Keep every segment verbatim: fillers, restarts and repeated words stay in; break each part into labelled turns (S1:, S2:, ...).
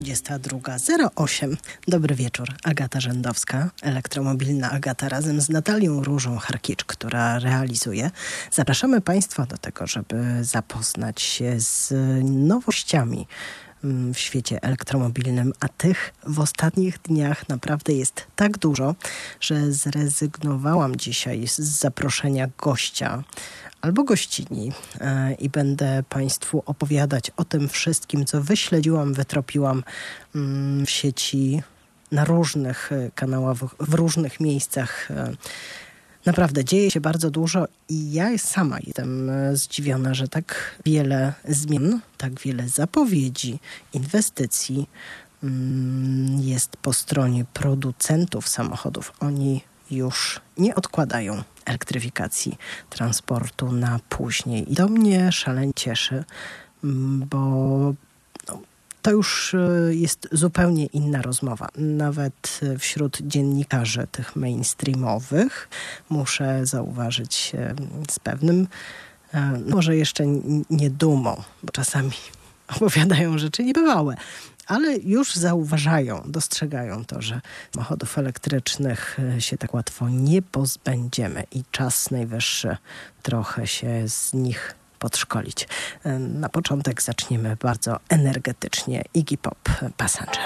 S1: dwudziesta druga zero osiem. Dobry wieczór. Agata Rzędowska, elektromobilna Agata, razem z Natalią Różą Harkicz, która realizuje. Zapraszamy Państwa do tego, żeby zapoznać się z nowościami w świecie elektromobilnym, a tych w ostatnich dniach naprawdę jest tak dużo, że zrezygnowałam dzisiaj z zaproszenia gościa albo gościni e, i będę Państwu opowiadać o tym wszystkim, co wyśledziłam, wytropiłam mm, w sieci, na różnych kanałach, w różnych miejscach. E, Naprawdę dzieje się bardzo dużo i ja sama jestem zdziwiona, że tak wiele zmian, tak wiele zapowiedzi, inwestycji jest po stronie producentów samochodów. Oni już nie odkładają elektryfikacji transportu na później. I to mnie szalenie cieszy, bo to już jest zupełnie inna rozmowa. Nawet wśród dziennikarzy tych mainstreamowych muszę zauważyć z pewnym, może jeszcze nie dumą, bo czasami opowiadają rzeczy niebywałe, ale już zauważają, dostrzegają to, że samochodów elektrycznych się tak łatwo nie pozbędziemy i czas najwyższy trochę się z nich podszkolić. Na początek zaczniemy bardzo energetycznie. Iggy Pop, Passenger.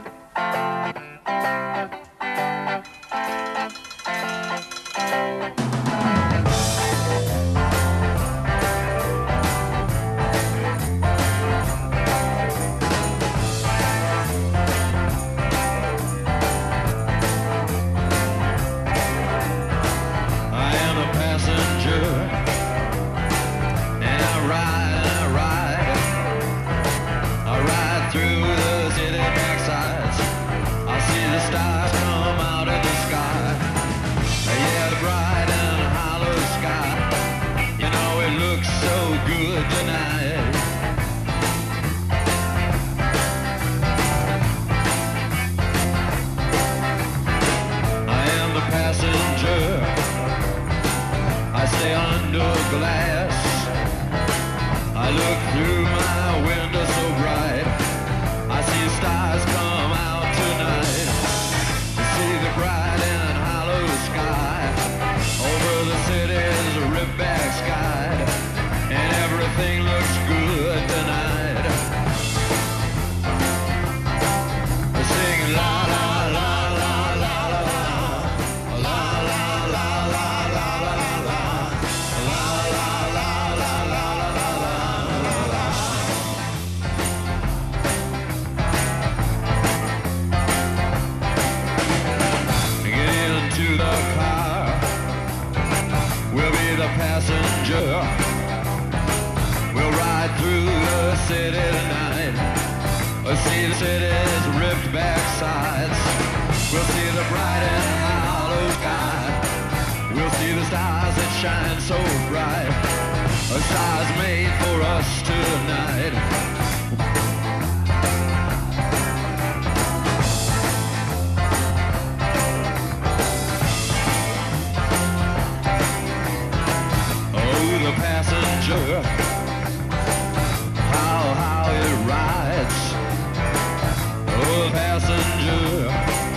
S2: Glass. I look through my window so bright. I see stars come out tonight. I see the bright and hollow sky over the city's ripped back sky, and everything looks good tonight. I sing la la la la la la la la la la la la la. Passenger, we'll ride through the city tonight. We'll see the city's ripped back sides. We'll see the bright and hollow sky. We'll see the stars that shine so bright. The stars made for us tonight. The passenger, how, how it rides. Oh, the passenger,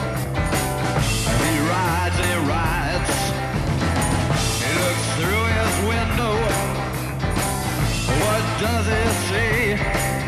S2: he rides, he rides. He looks through his window. What does he see?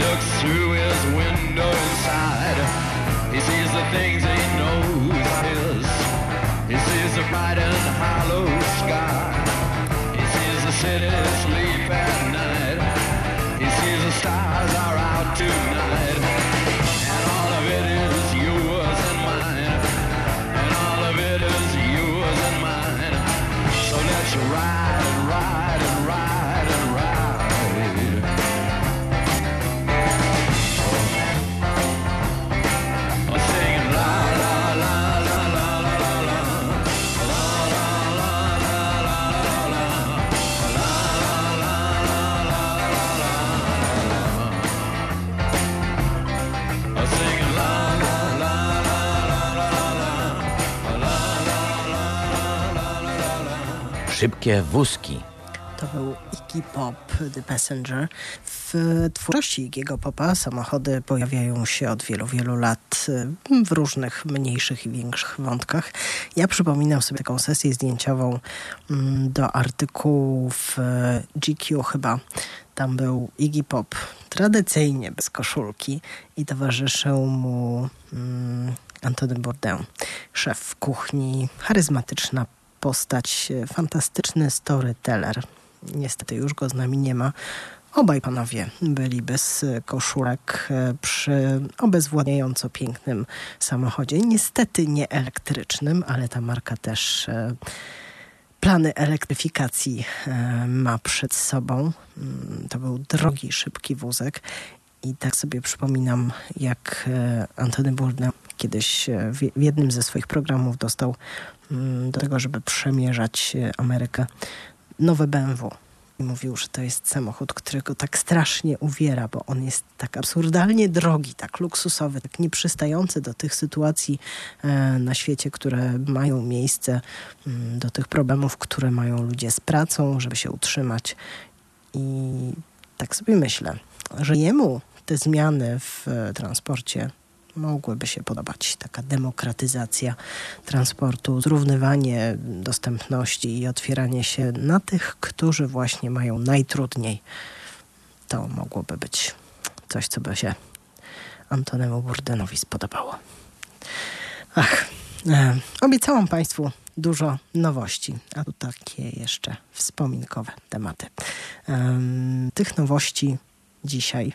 S2: looks through his window inside. He sees the things he knows are his. He sees the bright and hollow sky. He sees the city sleep at night. He sees the stars are out tonight. And all of it is yours and mine. And all of it is yours and mine. So let's ride and ride and ride and ride. I'm singing la la la la la la la la la la la la la la la la. I'm singing la la la la la la la la la.
S3: Szybkie wózki.
S1: To był Iggy Pop, The Passenger. W twórczości Iggy'ego Popa samochody pojawiają się od wielu, wielu lat w różnych mniejszych i większych wątkach. Ja przypominam sobie taką sesję zdjęciową do artykułu w G Q chyba. Tam był Iggy Pop tradycyjnie bez koszulki i towarzyszył mu um, Antony Bourdain, szef kuchni, charyzmatyczna postać, fantastyczny storyteller. Niestety już go z nami nie ma. Obaj panowie byli bez koszulek przy obezwładniająco pięknym samochodzie. Niestety nie elektrycznym, ale ta marka też e, plany elektryfikacji e, ma przed sobą. To był drogi, szybki wózek. I tak sobie przypominam, jak e, Antony Bourdain kiedyś w, w jednym ze swoich programów dostał m, do tego, żeby przemierzać Amerykę, nowe B M W. I mówił, że to jest samochód, który go tak strasznie uwiera, bo on jest tak absurdalnie drogi, tak luksusowy, tak nieprzystający do tych sytuacji e, na świecie, które mają miejsce, m, do tych problemów, które mają ludzie z pracą, żeby się utrzymać. I tak sobie myślę, że jemu te zmiany w e, transporcie mogłyby się podobać. Taka demokratyzacja transportu, zrównywanie dostępności i otwieranie się na tych, którzy właśnie mają najtrudniej. To mogłoby być coś, co by się Antonemu Bourdainowi spodobało. Ach, e, obiecałam Państwu dużo nowości, a tu takie jeszcze wspominkowe tematy. E, tych nowości dzisiaj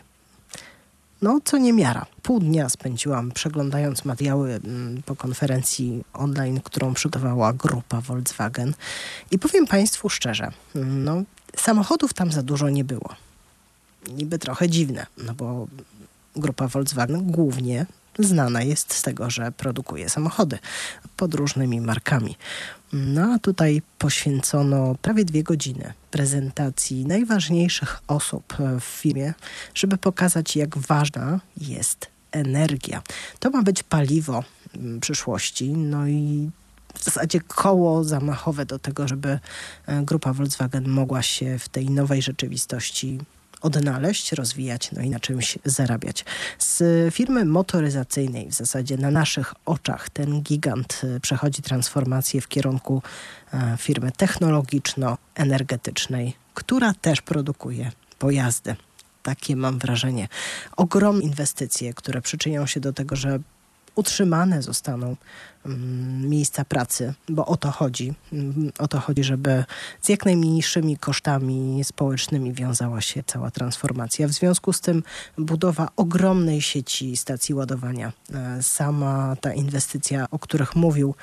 S1: No, co niemiara. Pół dnia spędziłam przeglądając materiały po konferencji online, którą przygotowała grupa Volkswagen. I powiem Państwu szczerze, no, samochodów tam za dużo nie było. Niby trochę dziwne, no bo grupa Volkswagen głównie znana jest z tego, że produkuje samochody pod różnymi markami. No a tutaj poświęcono prawie dwie godziny prezentacji najważniejszych osób w firmie, żeby pokazać, jak ważna jest energia. To ma być paliwo przyszłości, no i w zasadzie koło zamachowe do tego, żeby grupa Volkswagen mogła się w tej nowej rzeczywistości odnaleźć, rozwijać, no i na czymś zarabiać. Z firmy motoryzacyjnej w zasadzie na naszych oczach ten gigant przechodzi transformację w kierunku firmy technologiczno-energetycznej, która też produkuje pojazdy. Takie mam wrażenie. Ogromne inwestycje, które przyczynią się do tego, że utrzymane zostaną um, miejsca pracy, bo o to chodzi. Um, o to chodzi, żeby z jak najmniejszymi kosztami społecznymi wiązała się cała transformacja. W związku z tym budowa ogromnej sieci stacji ładowania. E, sama ta inwestycja, o których mówił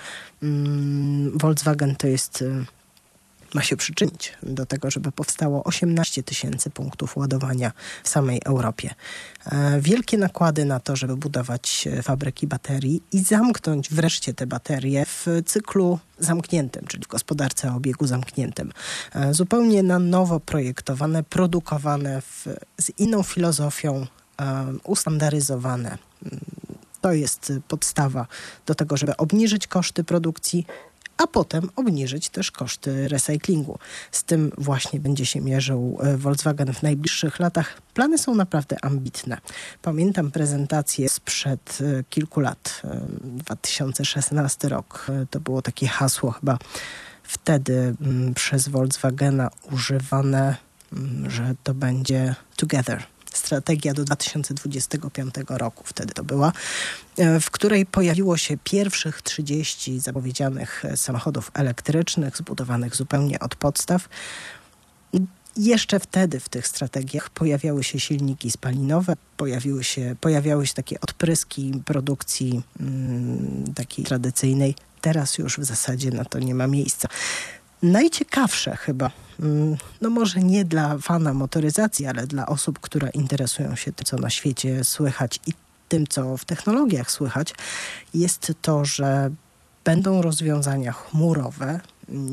S1: um, Volkswagen, to jest... E, ma się przyczynić do tego, żeby powstało osiemnaście tysięcy punktów ładowania w samej Europie. E, wielkie nakłady na to, żeby budować fabryki baterii i zamknąć wreszcie te baterie w cyklu zamkniętym, czyli w gospodarce o obiegu zamkniętym. E, zupełnie na nowo projektowane, produkowane w, z inną filozofią, e, ustandaryzowane. To jest podstawa do tego, żeby obniżyć koszty produkcji, a potem obniżyć też koszty recyklingu. Z tym właśnie będzie się mierzył Volkswagen w najbliższych latach. Plany są naprawdę ambitne. Pamiętam prezentację sprzed kilku lat, dwa tysiące szesnasty rok. To było takie hasło chyba wtedy przez Volkswagena używane, że to będzie together. strategia do dwa tysiące dwudziestego piątego roku, wtedy to była, w której pojawiło się pierwszych trzydzieści zapowiedzianych samochodów elektrycznych, zbudowanych zupełnie od podstaw. Jeszcze wtedy w tych strategiach pojawiały się silniki spalinowe, pojawiły się, pojawiały się takie odpryski produkcji mm, takiej tradycyjnej. Teraz już w zasadzie na to nie ma miejsca. Najciekawsze chyba, no może nie dla fana motoryzacji, ale dla osób, które interesują się tym, co na świecie słychać i tym, co w technologiach słychać, jest to, że będą rozwiązania chmurowe,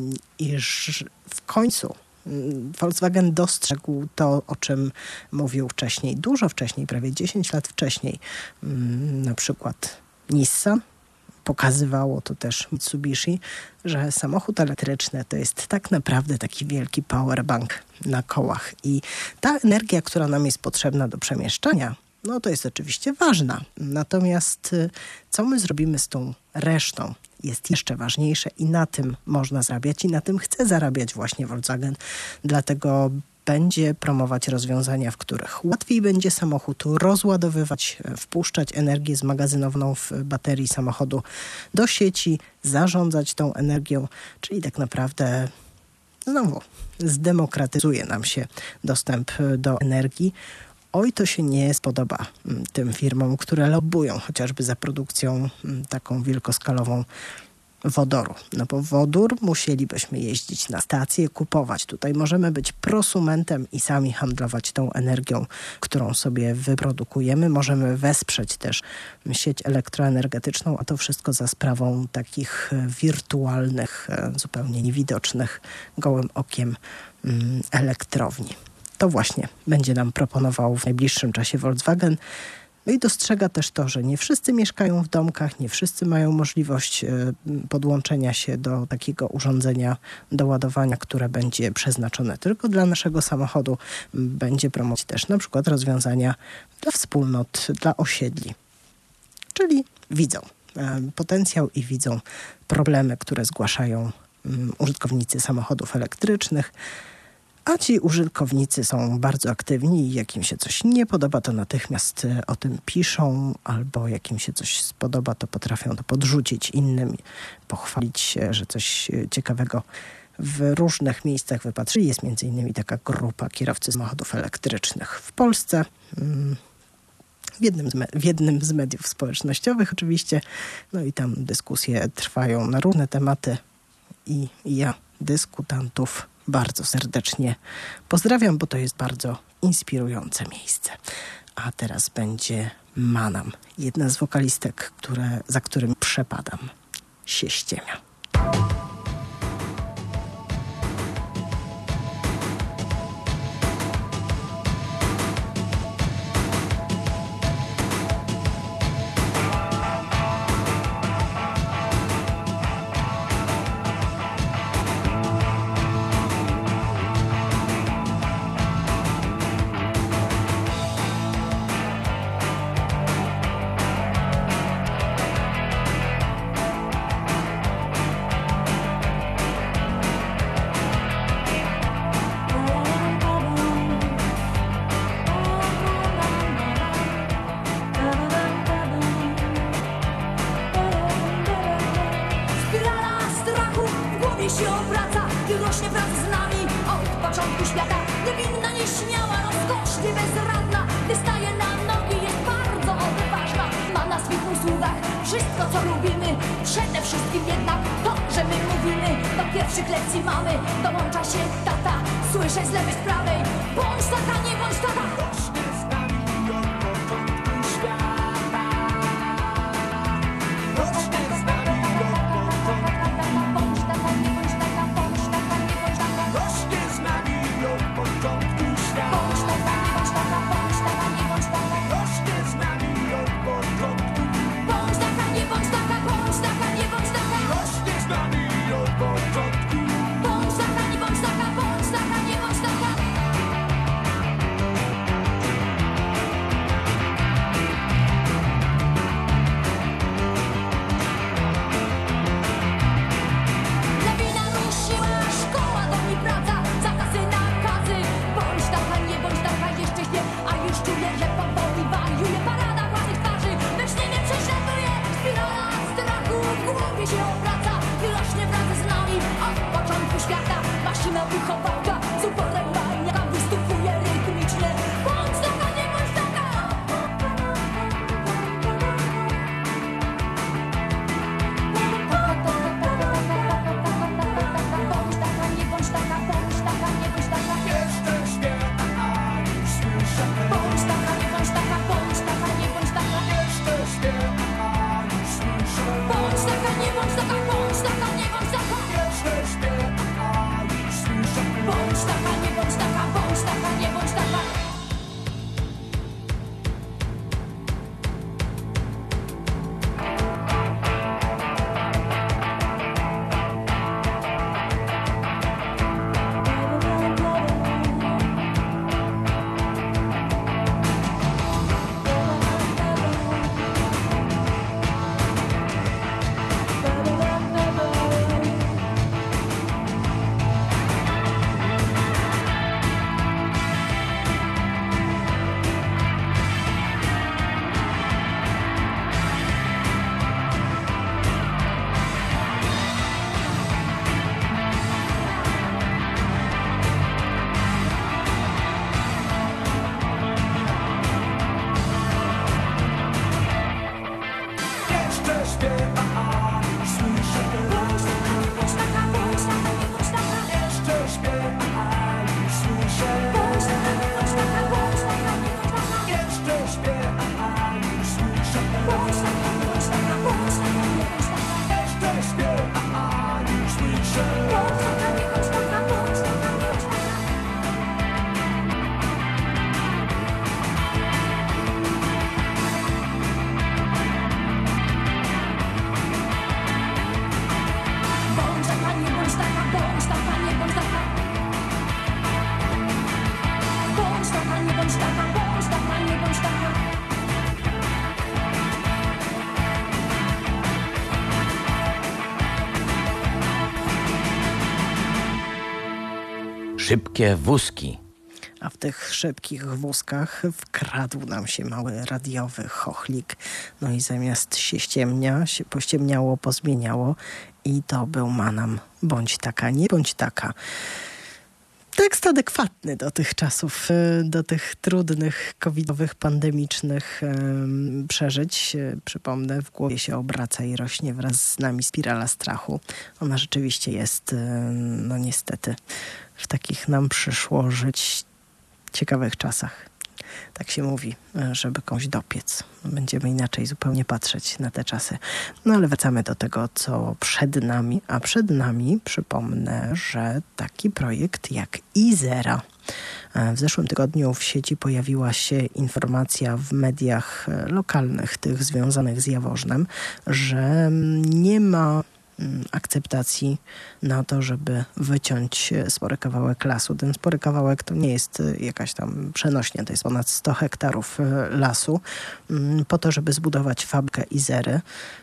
S1: iż w końcu Volkswagen dostrzegł to, o czym mówił wcześniej, dużo wcześniej, prawie dziesięć lat wcześniej, na przykład Nissan. Pokazywało to też Mitsubishi, że samochód elektryczny to jest tak naprawdę taki wielki powerbank na kołach. I ta energia, która nam jest potrzebna do przemieszczania, no to jest oczywiście ważna. Natomiast co my zrobimy z tą resztą, jest jeszcze ważniejsze i na tym można zarabiać i na tym chce zarabiać właśnie Volkswagen. Dlatego będzie promować rozwiązania, w których łatwiej będzie samochód rozładowywać, wpuszczać energię zmagazynowną w baterii samochodu do sieci, zarządzać tą energią, czyli tak naprawdę znowu zdemokratyzuje nam się dostęp do energii. Oj, to się nie spodoba tym firmom, które lobbują chociażby za produkcją taką wielkoskalową wodoru. No bo wodór musielibyśmy jeździć na stację, kupować. Tutaj możemy być prosumentem i sami handlować tą energią, którą sobie wyprodukujemy. Możemy wesprzeć też sieć elektroenergetyczną, a to wszystko za sprawą takich wirtualnych, zupełnie niewidocznych gołym okiem elektrowni. To właśnie będzie nam proponował w najbliższym czasie Volkswagen. No i dostrzega też to, że nie wszyscy mieszkają w domkach, nie wszyscy mają możliwość podłączenia się do takiego urządzenia do ładowania, które będzie przeznaczone tylko dla naszego samochodu. Będzie promować też na przykład rozwiązania dla wspólnot, dla osiedli. Czyli widzą potencjał i widzą problemy, które zgłaszają użytkownicy samochodów elektrycznych. A ci użytkownicy są bardzo aktywni i jak im się coś nie podoba, to natychmiast o tym piszą, albo jak im się coś spodoba, to potrafią to podrzucić innym, pochwalić się, że coś ciekawego w różnych miejscach wypatrzyli. Jest między innymi taka grupa kierowcy samochodów elektrycznych w Polsce, w jednym z, me- w jednym z mediów społecznościowych oczywiście. No i tam dyskusje trwają na różne tematy i ja dyskutantów bardzo serdecznie pozdrawiam, bo to jest bardzo inspirujące miejsce. A teraz będzie Manam, jedna z wokalistek, które, za którym przepadam, się ściemia.
S3: Szybkie wózki.
S1: A w tych szybkich wózkach wkradł nam się mały radiowy chochlik. No i zamiast się ściemnia, się pościemniało, pozmieniało i to był manam. Bądź taka, nie bądź taka. Tekst adekwatny do tych czasów, do tych trudnych, covidowych, pandemicznych um, przeżyć. Przypomnę, w głowie się obraca i rośnie wraz z nami spirala strachu. Ona rzeczywiście jest, no niestety, w takich nam przyszło żyć ciekawych czasach. Tak się mówi, żeby komuś dopiec. Będziemy inaczej zupełnie patrzeć na te czasy. No ale wracamy do tego, co przed nami. A przed nami, przypomnę, że taki projekt jak Izera. W zeszłym tygodniu w sieci pojawiła się informacja w mediach lokalnych, tych związanych z Jaworznem, że nie ma akceptacji na to, żeby wyciąć spory kawałek lasu. Ten spory kawałek to nie jest jakaś tam przenośnia, to jest ponad sto hektarów lasu po to, żeby zbudować fabrykę Izery.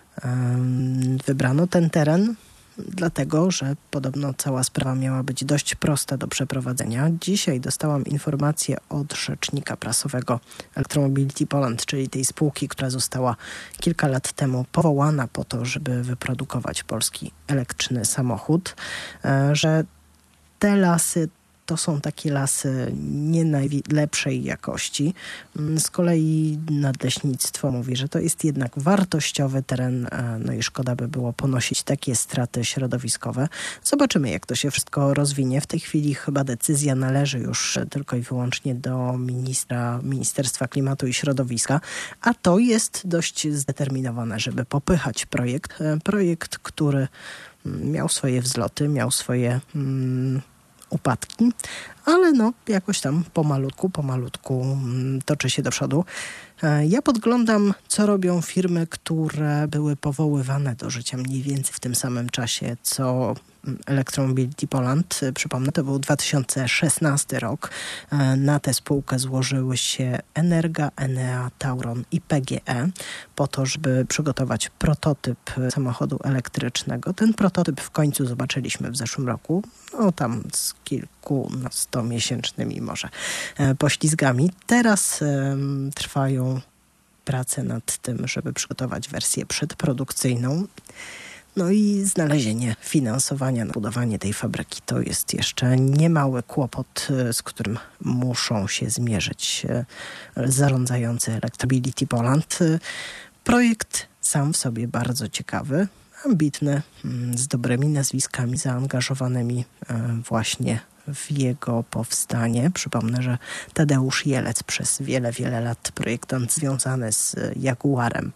S1: Wybrano ten teren dlatego, że podobno cała sprawa miała być dość prosta do przeprowadzenia. Dzisiaj dostałam informację od rzecznika prasowego Electromobility Poland, czyli tej spółki, która została kilka lat temu powołana po to, żeby wyprodukować polski elektryczny samochód, że te lasy to są takie lasy nie najlepszej jakości. Z kolei nadleśnictwo mówi, że to jest jednak wartościowy teren, no i szkoda by było ponosić takie straty środowiskowe. Zobaczymy, jak to się wszystko rozwinie. W tej chwili chyba decyzja należy już tylko i wyłącznie do ministra, Ministerstwa Klimatu i Środowiska, a to jest dość zdeterminowane, żeby popychać projekt. Projekt, który miał swoje wzloty, miał swoje mm, upadki, ale no jakoś tam pomalutku, pomalutku toczy się do przodu. Ja podglądam, co robią firmy, które były powoływane do życia mniej więcej w tym samym czasie, co Electromobility Poland. Przypomnę, to był dwa tysiące szesnasty rok. Na tę spółkę złożyły się Energa, Enea, Tauron i P G E po to, żeby przygotować prototyp samochodu elektrycznego. Ten prototyp w końcu zobaczyliśmy w zeszłym roku, no tam z kilkunastomiesięcznymi może poślizgami. Teraz um, trwają prace nad tym, żeby przygotować wersję przedprodukcyjną. No i znalezienie finansowania na budowanie tej fabryki to jest jeszcze niemały kłopot, z którym muszą się zmierzyć zarządzający Electromobility Poland. Projekt sam w sobie bardzo ciekawy, ambitny, z dobrymi nazwiskami zaangażowanymi właśnie w jego powstanie. Przypomnę, że Tadeusz Jelec przez wiele, wiele lat, projektant związany z Jaguarem,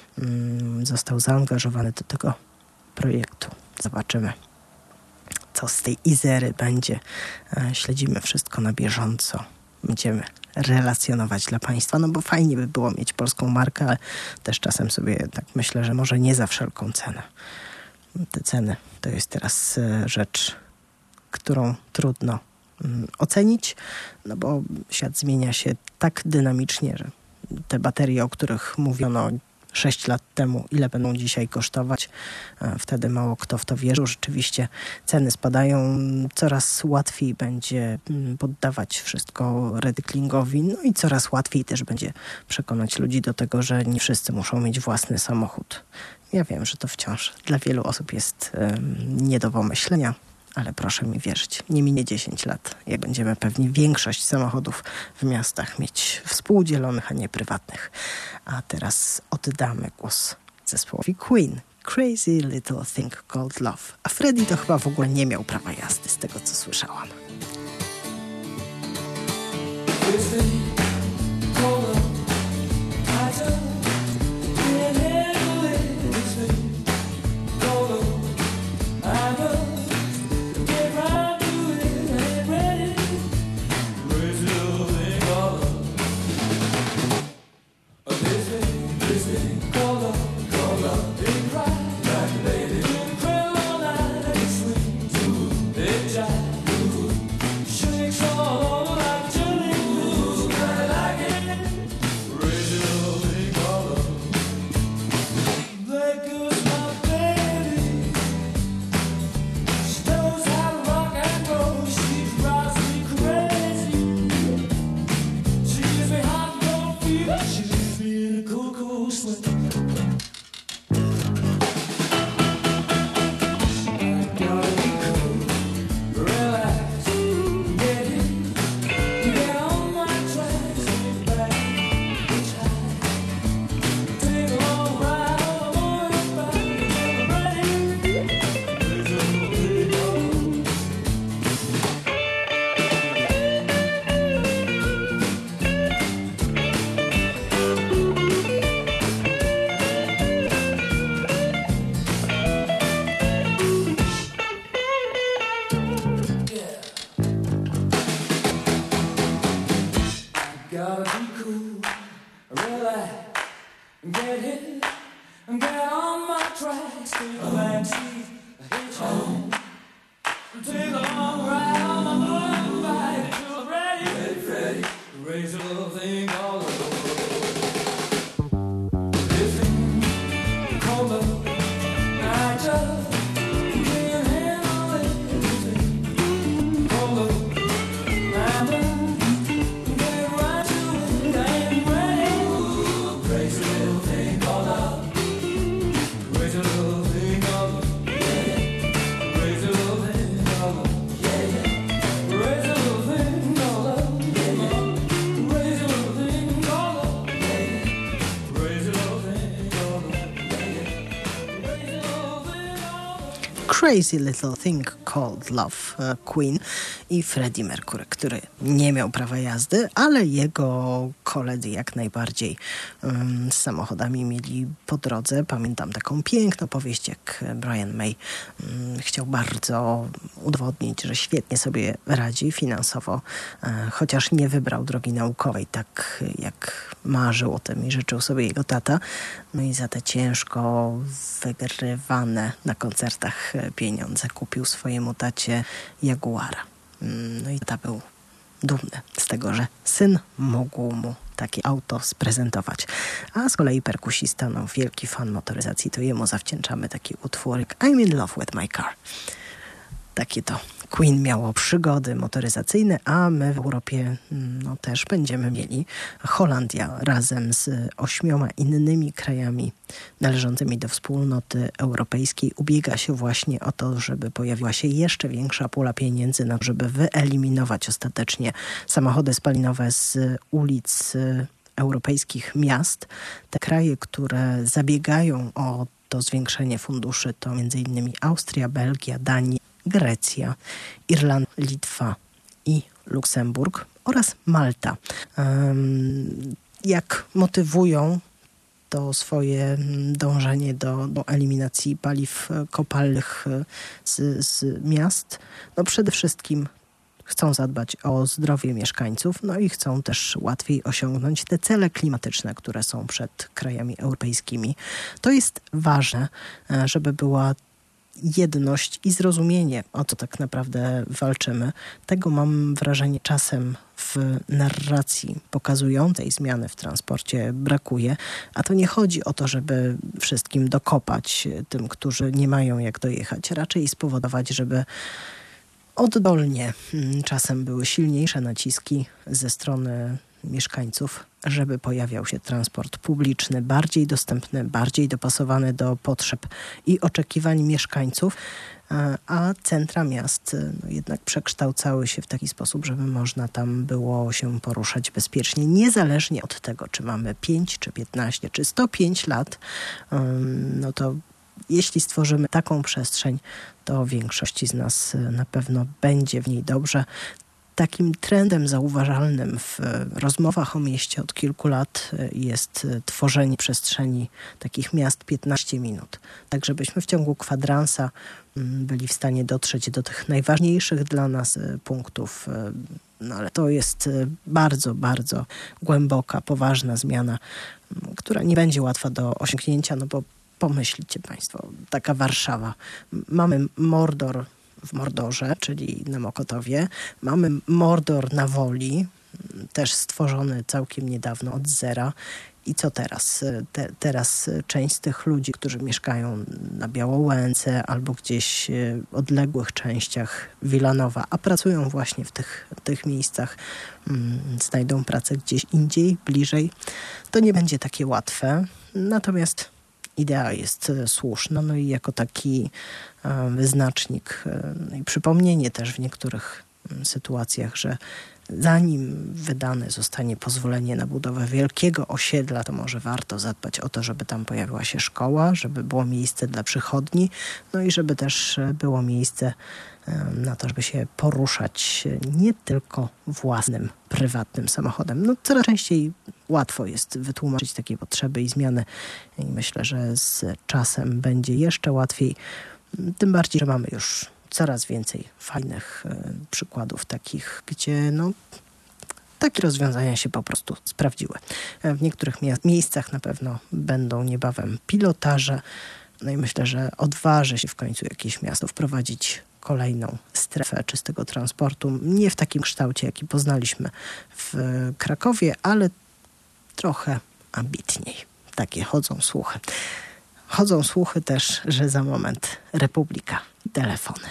S1: został zaangażowany do tego projektu. Zobaczymy, co z tej Izery będzie. Śledzimy wszystko na bieżąco. Będziemy relacjonować dla Państwa, no bo fajnie by było mieć polską markę, ale też czasem sobie tak myślę, że może nie za wszelką cenę. Te ceny to jest teraz rzecz, którą trudno ocenić, no bo świat zmienia się tak dynamicznie, że te baterie, o których mówiono sześć lat temu, ile będą dzisiaj kosztować, wtedy mało kto w to wierzył. Rzeczywiście ceny spadają, coraz łatwiej będzie poddawać wszystko recyklingowi, no i coraz łatwiej też będzie przekonać ludzi do tego, że nie wszyscy muszą mieć własny samochód. Ja wiem, że to wciąż dla wielu osób jest um, nie do pomyślenia, ale proszę mi wierzyć, nie minie dziesięć lat, jak będziemy pewnie większość samochodów w miastach mieć współdzielonych, a nie prywatnych. A teraz oddamy głos zespołowi Queen. Crazy Little Thing Called Love. A Freddie to chyba w ogóle nie miał prawa jazdy, z tego co słyszałam. Crazy Little Thing Called Love, Queen i Freddie Mercury, który nie miał prawa jazdy, ale jego koledzy jak najbardziej um, z samochodami mieli po drodze. Pamiętam taką piękną powieść, jak Brian May um, chciał bardzo udowodnić, że świetnie sobie radzi finansowo, e, chociaż nie wybrał drogi naukowej, tak jak marzył o tym i życzył sobie jego tata. No i za te ciężko wygrywane na koncertach pieniądze kupił swojemu tacie Jaguara. No i tata był dumny z tego, że syn mógł mu takie auto sprezentować. A z kolei perkusista, no wielki fan motoryzacji, to jemu zawdzięczamy taki utwór jak I'm in love with my car. Takie to Queen miało przygody motoryzacyjne, a my w Europie no, też będziemy mieli. Holandia razem z ośmioma innymi krajami należącymi do wspólnoty europejskiej ubiega się właśnie o to, żeby pojawiła się jeszcze większa pula pieniędzy, na żeby wyeliminować ostatecznie samochody spalinowe z ulic europejskich miast. Te kraje, które zabiegają o to zwiększenie funduszy, to między innymi Austria, Belgia, Dania, Grecja, Irlandia, Litwa i Luksemburg oraz Malta. Jak motywują to swoje dążenie do, do eliminacji paliw kopalnych z, z miast? No przede wszystkim chcą zadbać o zdrowie mieszkańców, no i chcą też łatwiej osiągnąć te cele klimatyczne, które są przed krajami europejskimi. To jest ważne, żeby była jedność i zrozumienie, o co tak naprawdę walczymy. Tego mam wrażenie czasem w narracji pokazującej zmiany w transporcie brakuje, a to nie chodzi o to, żeby wszystkim dokopać tym, którzy nie mają jak dojechać, raczej spowodować, żeby oddolnie czasem były silniejsze naciski ze strony mieszkańców, żeby pojawiał się transport publiczny bardziej dostępny, bardziej dopasowany do potrzeb i oczekiwań mieszkańców, a centra miast no, jednak przekształcały się w taki sposób, żeby można tam było się poruszać bezpiecznie, niezależnie od tego, czy mamy pięć, czy piętnaście, czy sto pięć lat, no to jeśli stworzymy taką przestrzeń, to większości z nas na pewno będzie w niej dobrze. Takim trendem zauważalnym w rozmowach o mieście od kilku lat jest tworzenie przestrzeni takich miast piętnaście minut. Tak, żebyśmy w ciągu kwadransa byli w stanie dotrzeć do tych najważniejszych dla nas punktów. No ale to jest bardzo, bardzo głęboka, poważna zmiana, która nie będzie łatwa do osiągnięcia, no bo pomyślcie Państwo, taka Warszawa. Mamy Mordor w Mordorze, czyli na Mokotowie. Mamy Mordor na Woli, też stworzony całkiem niedawno od zera. I co teraz? Te, teraz część z tych ludzi, którzy mieszkają na Białołęce albo gdzieś w odległych częściach Wilanowa, a pracują właśnie w tych, tych miejscach, hmm, znajdą pracę gdzieś indziej, bliżej. To nie będzie takie łatwe. Natomiast idea jest słuszna, no i jako taki wyznacznik no i przypomnienie też w niektórych sytuacjach, że zanim wydane zostanie pozwolenie na budowę wielkiego osiedla, to może warto zadbać o to, żeby tam pojawiła się szkoła, żeby było miejsce dla przychodni, no i żeby też było miejsce na to, żeby się poruszać nie tylko własnym, prywatnym samochodem. No, coraz częściej łatwo jest wytłumaczyć takie potrzeby i zmiany i myślę, że z czasem będzie jeszcze łatwiej. Tym bardziej, że mamy już coraz więcej fajnych y, przykładów takich, gdzie no, takie rozwiązania się po prostu sprawdziły. W niektórych mie- miejscach na pewno będą niebawem pilotaże. No i myślę, że odważy się w końcu jakieś miasto wprowadzić kolejną strefę czystego transportu. Nie w takim kształcie, jaki poznaliśmy w Krakowie, ale trochę ambitniej. Takie chodzą słuchy. Chodzą słuchy też, że za moment Republika i telefony.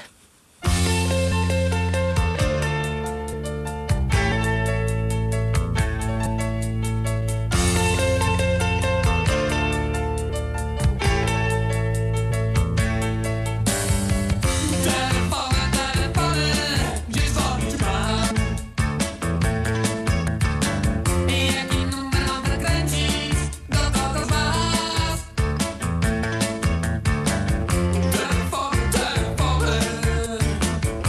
S4: Telefony, telefony.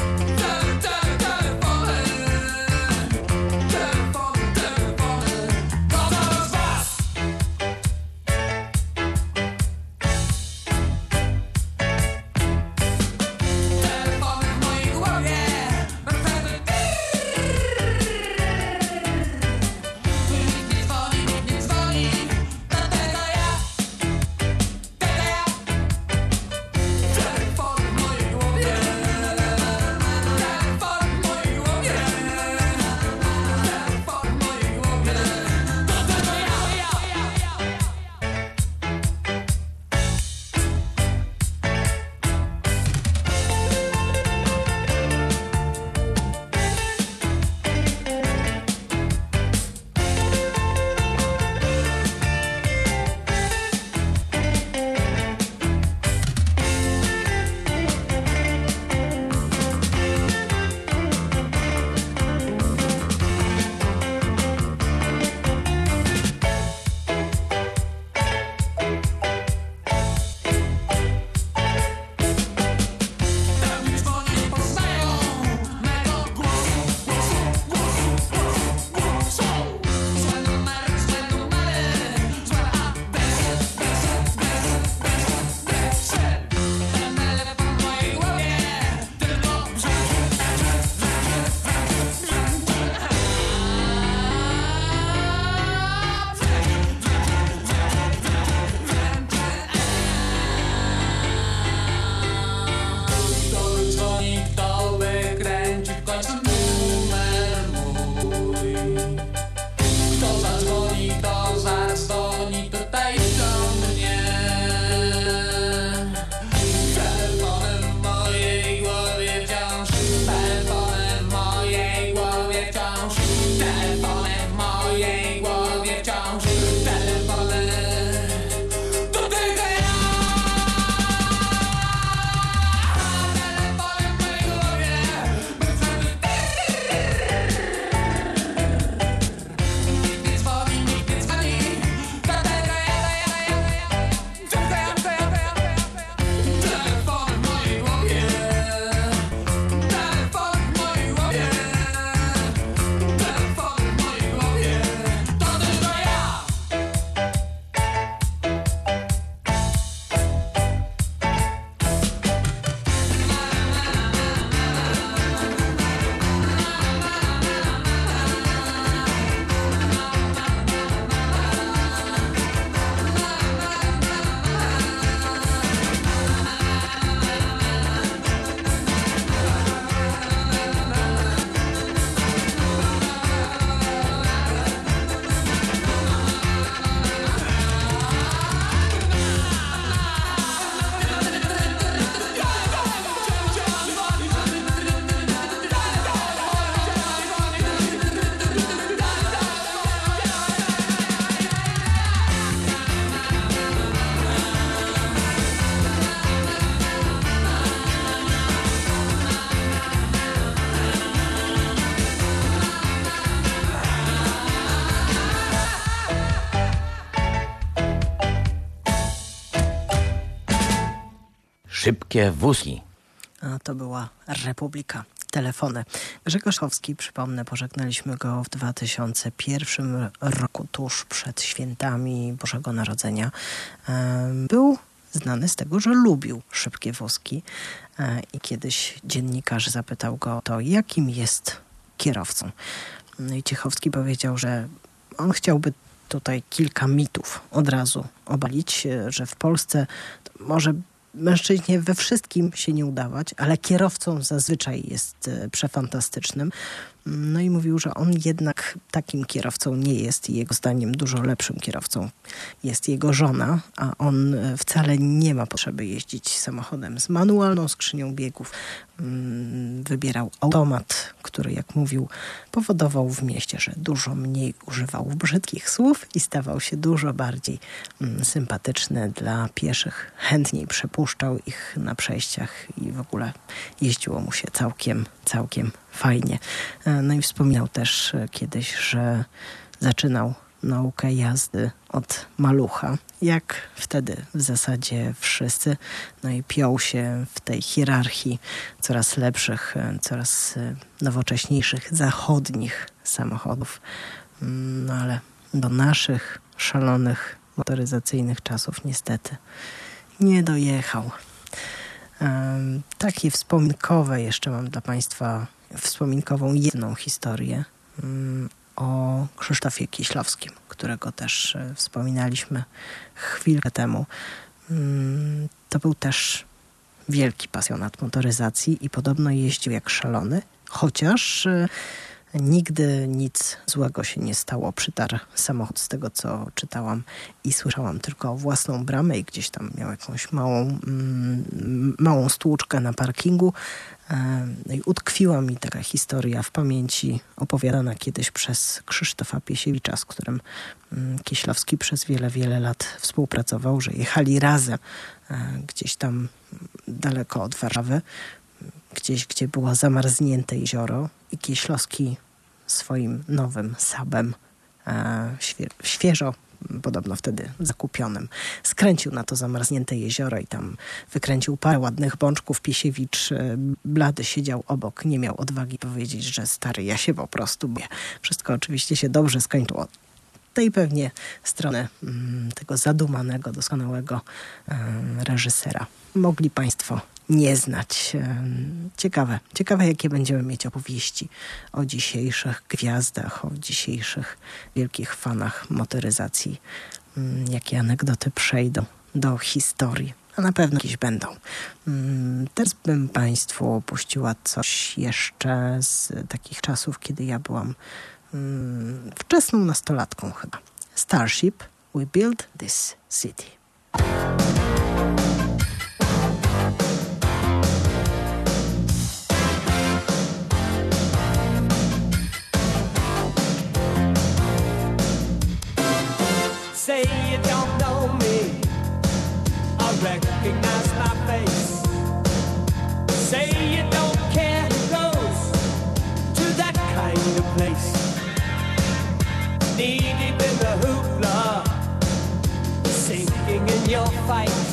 S3: Szybkie wózki.
S1: A to była Republika. Telefony. Grzegorz Chowski, przypomnę, pożegnaliśmy go w dwa tysiące pierwszym roku, tuż przed świętami Bożego Narodzenia. Był znany z tego, że lubił szybkie wózki i kiedyś dziennikarz zapytał go o to, jakim jest kierowcą. No i Ciechowski powiedział, że on chciałby tutaj kilka mitów od razu obalić, że w Polsce może mężczyźnie we wszystkim się nie udawać, ale kierowcą zazwyczaj jest przefantastycznym. No i mówił, że on jednak takim kierowcą nie jest i jego zdaniem dużo lepszym kierowcą jest jego żona, a on wcale nie ma potrzeby jeździć samochodem z manualną skrzynią biegów. Wybierał automat, który, jak mówił, powodował w mieście, że dużo mniej używał brzydkich słów i stawał się dużo bardziej sympatyczny dla pieszych. Chętniej przepuszczał ich na przejściach i w ogóle jeździło mu się całkiem, całkiem fajnie. No i wspominał też kiedyś, że zaczynał naukę jazdy od malucha, jak wtedy w zasadzie wszyscy. No i piął się w tej hierarchii coraz lepszych, coraz nowocześniejszych, zachodnich samochodów. No ale do naszych szalonych motoryzacyjnych czasów niestety nie dojechał. Um, takie wspominkowe jeszcze mam dla Państwa wspominkową jedną historię um, o Krzysztofie Kieślowskim, którego też e, wspominaliśmy chwilkę temu. Um, to był też wielki pasjonat motoryzacji i podobno jeździł jak szalony, chociaż e, nigdy nic złego się nie stało. Przytarł samochód, z tego co czytałam i słyszałam, tylko własną bramę i gdzieś tam miał jakąś małą, mm, małą stłuczkę na parkingu. No i utkwiła mi taka historia w pamięci opowiadana kiedyś przez Krzysztofa Piesiewicza, z którym Kieślowski przez wiele, wiele lat współpracował, że jechali razem gdzieś tam daleko od Warszawy, gdzieś, gdzie było zamarznięte jezioro i Kieślowski swoim nowym Saabem, świe, świeżo, podobno wtedy zakupionym, skręcił na to zamarznięte jezioro i tam wykręcił parę ładnych bączków. Piesiewicz blady siedział obok, nie miał odwagi powiedzieć, że stary, ja się po prostu boję. Wszystko oczywiście się dobrze skończyło. Tej pewnie strony tego zadumanego, doskonałego reżysera mogli Państwo nie znać. Ciekawe, ciekawe jakie będziemy mieć opowieści o dzisiejszych gwiazdach, o dzisiejszych wielkich fanach motoryzacji. Jakie anegdoty przejdą do historii. A na pewno jakieś będą. Teraz bym Państwu puściła coś jeszcze z takich czasów, kiedy ja byłam wczesną nastolatką chyba. Starship, We Build This City.
S4: Say you don't know me, I recognize my face. Say you don't care who goes to that kind of place. Knee deep in the hoopla, sinking in your fight.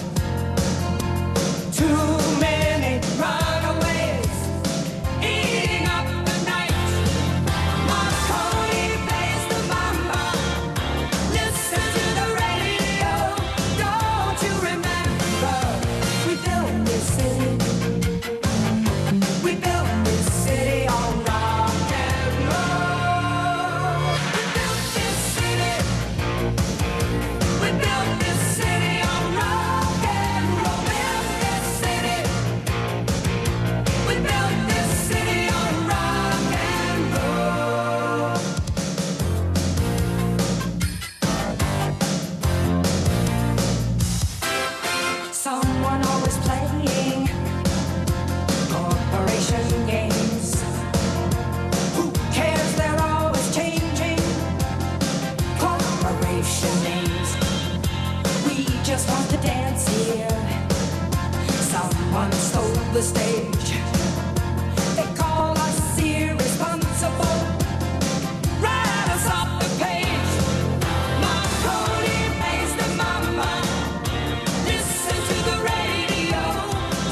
S4: Too many runaways, eating up the night. Marconi plays the mama, listen to the radio. Don't you remember, we built this city. We built this city on rock and roll. We built this city. We built this city on rock and roll. Built this city. We built this city on rock and roll. Someone always playing corporation games. Who cares? They're always changing corporation names. We just want to dance here. Someone stole the stage. They call us irresponsible. Write us off the page. Marconi plays the mama. Listen to the radio.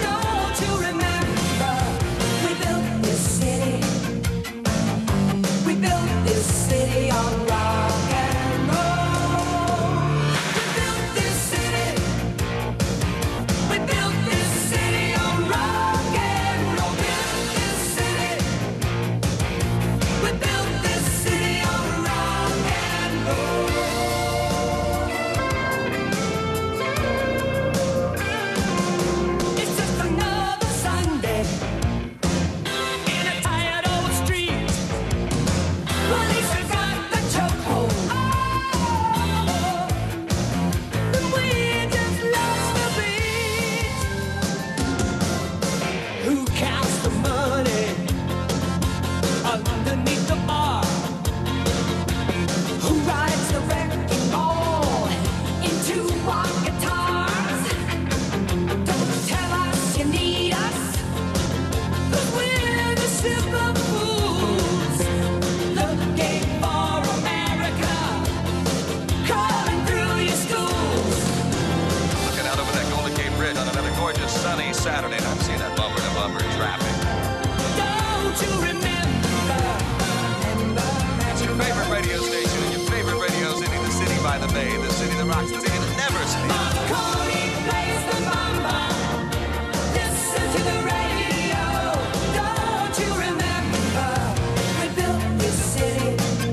S5: Saturday and I'm seeing that bumper to bumper traffic.
S4: Don't you remember? Remember that
S5: It's your favorite radio station, and your favorite radio city, the city by the bay, the city that rocks, the city that never sleeps.
S4: Marconi plays the bamba. Listen to the radio. Don't you remember? We built this city.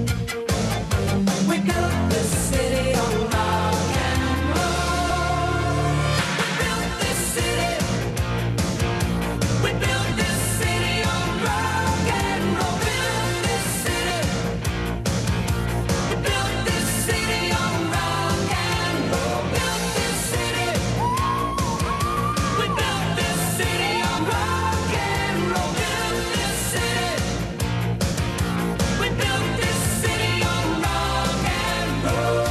S4: We built this city on rock and roll. We built this city. We built this city on rock and roll. Built this city. We built this city on rock and roll. Built this city. We built this city on rock and roll. Built this city. We built this city on rock and roll.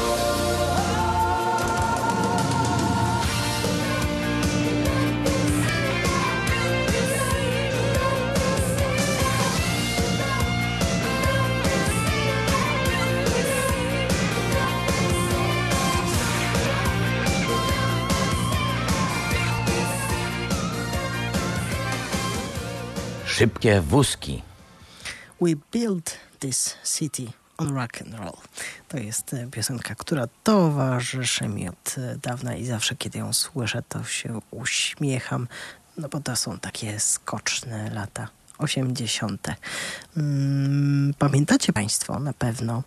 S3: Szybkie wózki.
S1: We built this city on rock and roll. To jest e, piosenka, która towarzyszy mi od e, dawna i zawsze, kiedy ją słyszę, to się uśmiecham, no bo to są takie skoczne lata osiemdziesiąte. Mm, pamiętacie Państwo na pewno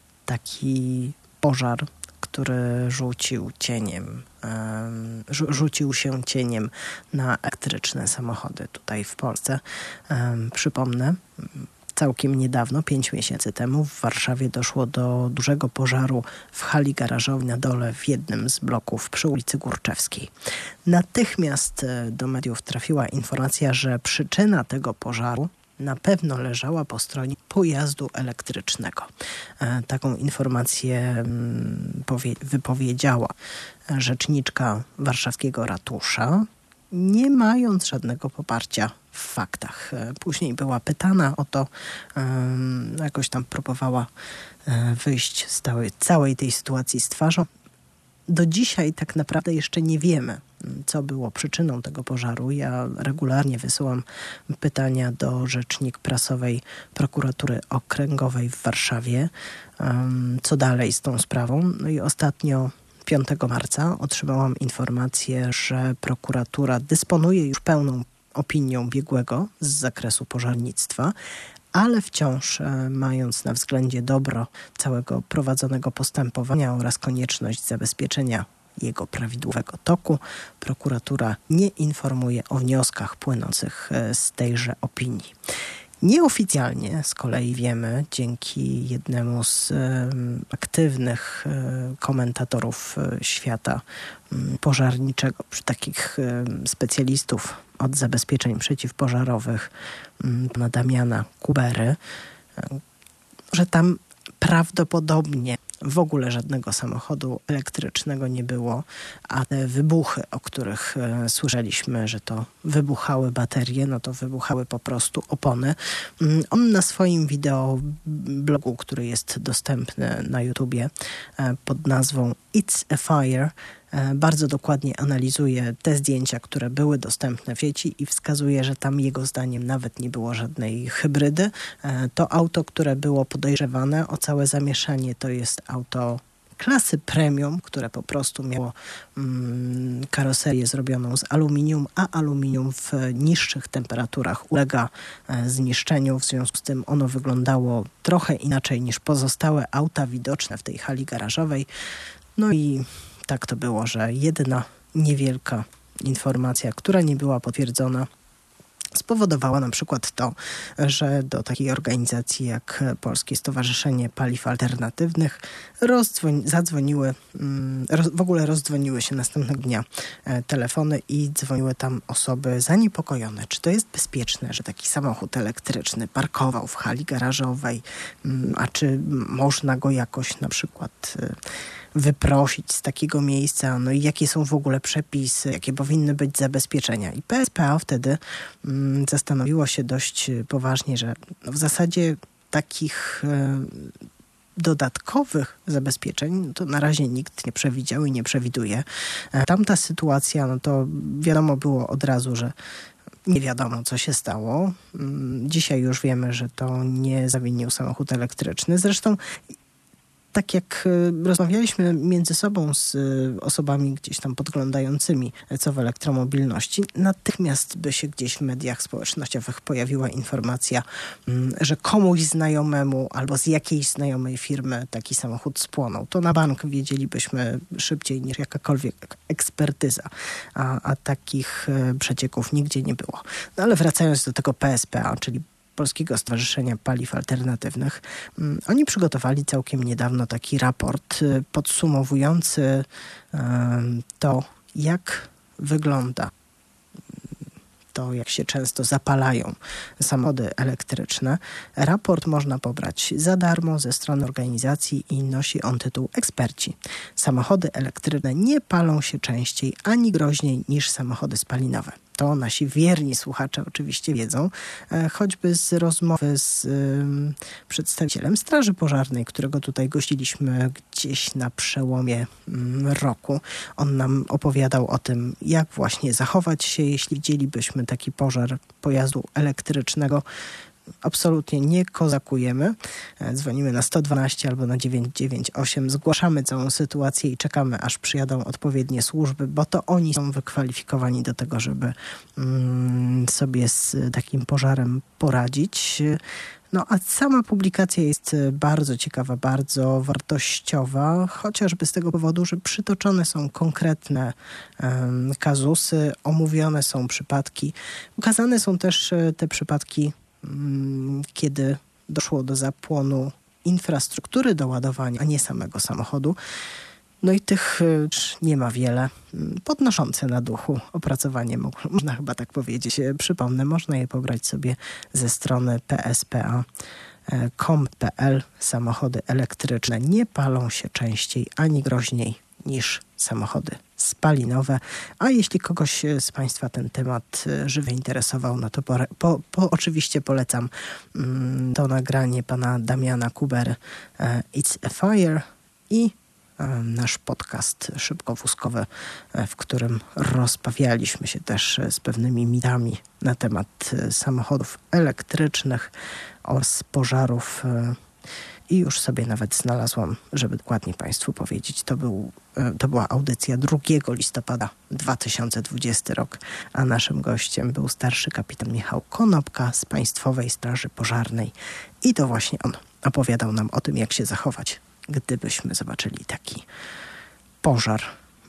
S1: taki pożar, który rzucił cieniem, um, rzu- rzucił się cieniem na elektryczne samochody tutaj w Polsce. Um, przypomnę, całkiem niedawno, pięć miesięcy temu, w Warszawie doszło do dużego pożaru w hali garażowej na dole w jednym z bloków przy ulicy Górczewskiej. Natychmiast e, do mediów trafiła informacja, że przyczyna tego pożaru na pewno leżała po stronie pojazdu elektrycznego. E, taką informację mm, powie- wypowiedziała rzeczniczka warszawskiego ratusza, nie mając żadnego poparcia w faktach. E, Później była pytana o to, em, jakoś tam próbowała e, wyjść z całej, całej tej sytuacji z twarzą. Do dzisiaj tak naprawdę jeszcze nie wiemy, co było przyczyną tego pożaru. Ja regularnie wysyłam pytania do rzecznik prasowej Prokuratury Okręgowej w Warszawie. Um, co dalej z tą sprawą? No i ostatnio piątego marca otrzymałam informację, że prokuratura dysponuje już pełną opinią biegłego z zakresu pożarnictwa, ale wciąż e, mając na względzie dobro całego prowadzonego postępowania oraz konieczność zabezpieczenia jego prawidłowego toku, prokuratura nie informuje o wnioskach płynących e, z tejże opinii. Nieoficjalnie z kolei wiemy, dzięki jednemu z e, aktywnych e, komentatorów e, świata m, pożarniczego, przy takich e, specjalistów od zabezpieczeń przeciwpożarowych, m, pana Damiana Kubery, e, że tam prawdopodobnie w ogóle żadnego samochodu elektrycznego nie było, a te wybuchy, o których e, słyszeliśmy, że to wybuchały baterie, no to wybuchały po prostu opony. Mm, On na swoim wideoblogu, który jest dostępny na YouTubie e, pod nazwą It's a Fire, e, bardzo dokładnie analizuje te zdjęcia, które były dostępne w sieci i wskazuje, że tam jego zdaniem nawet nie było żadnej hybrydy. E, To auto, które było podejrzewane o całe zamieszanie, to jest auto klasy premium, które po prostu miało mm, karoserię zrobioną z aluminium, a aluminium w niższych temperaturach ulega e, zniszczeniu. W związku z tym ono wyglądało trochę inaczej niż pozostałe auta widoczne w tej hali garażowej. No i tak to było, że jedna niewielka informacja, która nie była potwierdzona, spowodowała na przykład to, że do takiej organizacji jak Polskie Stowarzyszenie Paliw Alternatywnych rozdzwoni- zadzwoniły, mm, roz, w ogóle rozdzwoniły się następnego dnia e, telefony i dzwoniły tam osoby zaniepokojone, czy to jest bezpieczne, że taki samochód elektryczny parkował w hali garażowej, mm, a czy można go jakoś na przykład e, wyprosić z takiego miejsca, no i jakie są w ogóle przepisy, jakie powinny być zabezpieczenia. I P S P A wtedy mm, zastanowiło się dość poważnie, że no w zasadzie takich e, dodatkowych zabezpieczeń no to na razie nikt nie przewidział i nie przewiduje. Tamta sytuacja, no to wiadomo było od razu, że nie wiadomo, co się stało. Dzisiaj już wiemy, że to nie zawinił samochód elektryczny. Zresztą tak jak rozmawialiśmy między sobą z osobami gdzieś tam podglądającymi, co w elektromobilności, natychmiast by się gdzieś w mediach społecznościowych pojawiła informacja, że komuś znajomemu albo z jakiejś znajomej firmy taki samochód spłonął. To na bank wiedzielibyśmy szybciej niż jakakolwiek ekspertyza, a, a takich przecieków nigdzie nie było. No ale wracając do tego P S P A, czyli Polskiego Stowarzyszenia Paliw Alternatywnych. Oni przygotowali całkiem niedawno taki raport podsumowujący to, jak wygląda to, jak się często zapalają samochody elektryczne. Raport można pobrać za darmo ze strony organizacji i nosi on tytuł Eksperci. Samochody elektryczne nie palą się częściej ani groźniej niż samochody spalinowe. To nasi wierni słuchacze oczywiście wiedzą, choćby z rozmowy z y, przedstawicielem Straży Pożarnej, którego tutaj gościliśmy gdzieś na przełomie y, roku. On nam opowiadał o tym, jak właśnie zachować się, jeśli widzielibyśmy taki pożar pojazdu elektrycznego. Absolutnie nie kozakujemy. Dzwonimy na sto dwanaście albo na dziewięćset dziewięćdziesiąt osiem. Zgłaszamy całą sytuację i czekamy, aż przyjadą odpowiednie służby, bo to oni są wykwalifikowani do tego, żeby mm, sobie z takim pożarem poradzić. No a sama publikacja jest bardzo ciekawa, bardzo wartościowa, chociażby z tego powodu, że przytoczone są konkretne um, kazusy, omówione są przypadki. Ukazane są też te przypadki, kiedy doszło do zapłonu infrastruktury do ładowania, a nie samego samochodu. No i tych nie ma wiele. Podnoszące na duchu opracowanie, można chyba tak powiedzieć. Przypomnę, można je pobrać sobie ze strony p s p a kropka com kropka p l. Samochody elektryczne nie palą się częściej ani groźniej niż samochody spalinowe. A jeśli kogoś z Państwa ten temat żywo interesował, no to po, po, po, oczywiście polecam mm, to nagranie pana Damiana Kubery It's a Fire i nasz podcast szybkowózkowy, w którym rozbawialiśmy się też z pewnymi mitami na temat samochodów elektrycznych oraz pożarów. I już sobie nawet znalazłam, żeby dokładnie Państwu powiedzieć, to, był, to była audycja drugiego listopada dwa tysiące dwudziesty rok, a naszym gościem był starszy kapitan Michał Konopka z Państwowej Straży Pożarnej i to właśnie on opowiadał nam o tym, jak się zachować, gdybyśmy zobaczyli taki pożar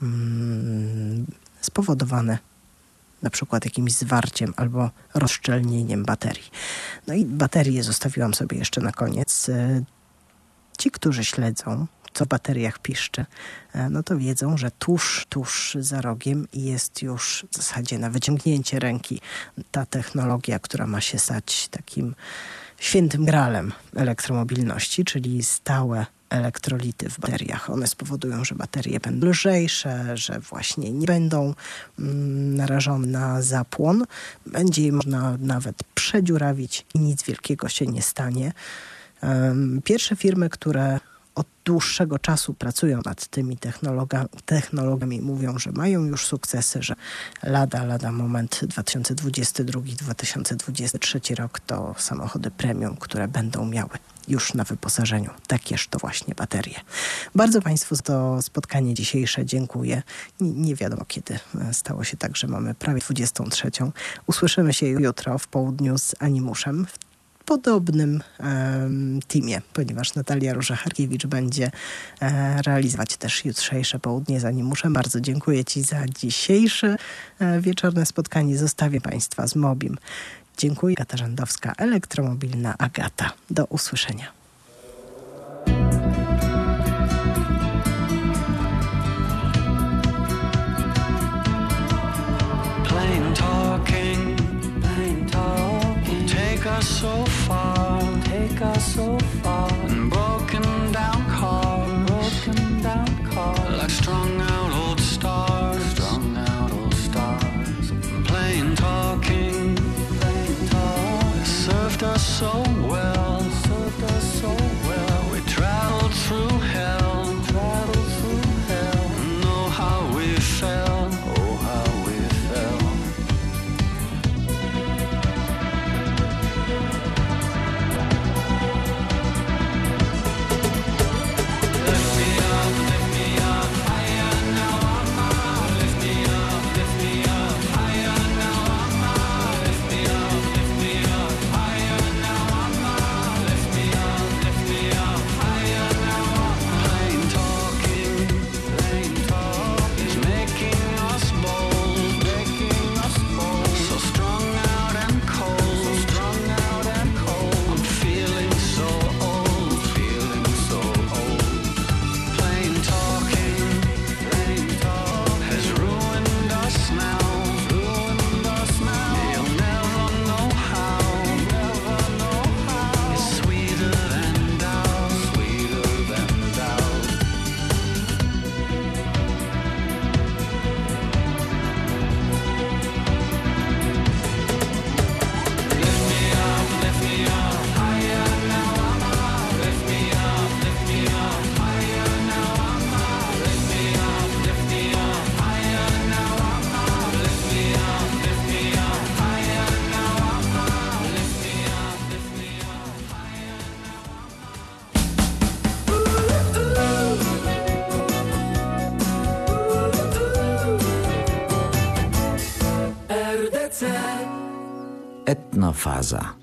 S1: mm, spowodowany na przykład jakimś zwarciem albo rozszczelnieniem baterii. No i baterie zostawiłam sobie jeszcze na koniec. Ci, którzy śledzą, co w bateriach piszczy, no to wiedzą, że tuż, tuż za rogiem jest już w zasadzie na wyciągnięcie ręki ta technologia, która ma się stać takim świętym gralem elektromobilności, czyli stałe elektrolity w bateriach. One spowodują, że baterie będą lżejsze, że właśnie nie będą mm, narażone na zapłon. Będzie je można nawet przedziurawić i nic wielkiego się nie stanie. Um, pierwsze firmy, które od dłuższego czasu pracują nad tymi technologa- technologiami, mówią, że mają już sukcesy, że lada, lada moment dwa tysiące dwudziesty drugi dwa tysiące dwudziesty trzeci rok to samochody premium, które będą miały już na wyposażeniu takież to właśnie baterie. Bardzo Państwu za to spotkanie dzisiejsze dziękuję. Nie, nie wiadomo kiedy stało się tak, że mamy prawie dwudziestą trzecią. Usłyszymy się jutro w południu z Animuszem w podobnym um, teamie, ponieważ Natalia Róża-Harkiewicz będzie e, realizować też jutrzejsze południe z Animuszem. Bardzo dziękuję Ci za dzisiejsze e, wieczorne spotkanie. Zostawię Państwa z Mobim. Dziękuję. Agata Rzędowska, elektromobilna Agata. Do usłyszenia.
S6: Plain talking, plain talking, take us so far, take us so far. Broken down car, broken down car, like strung out old stars, strung out old stars. Plain talking, plain talking, served us so well, served us so well. We travel
S3: Etnofaza.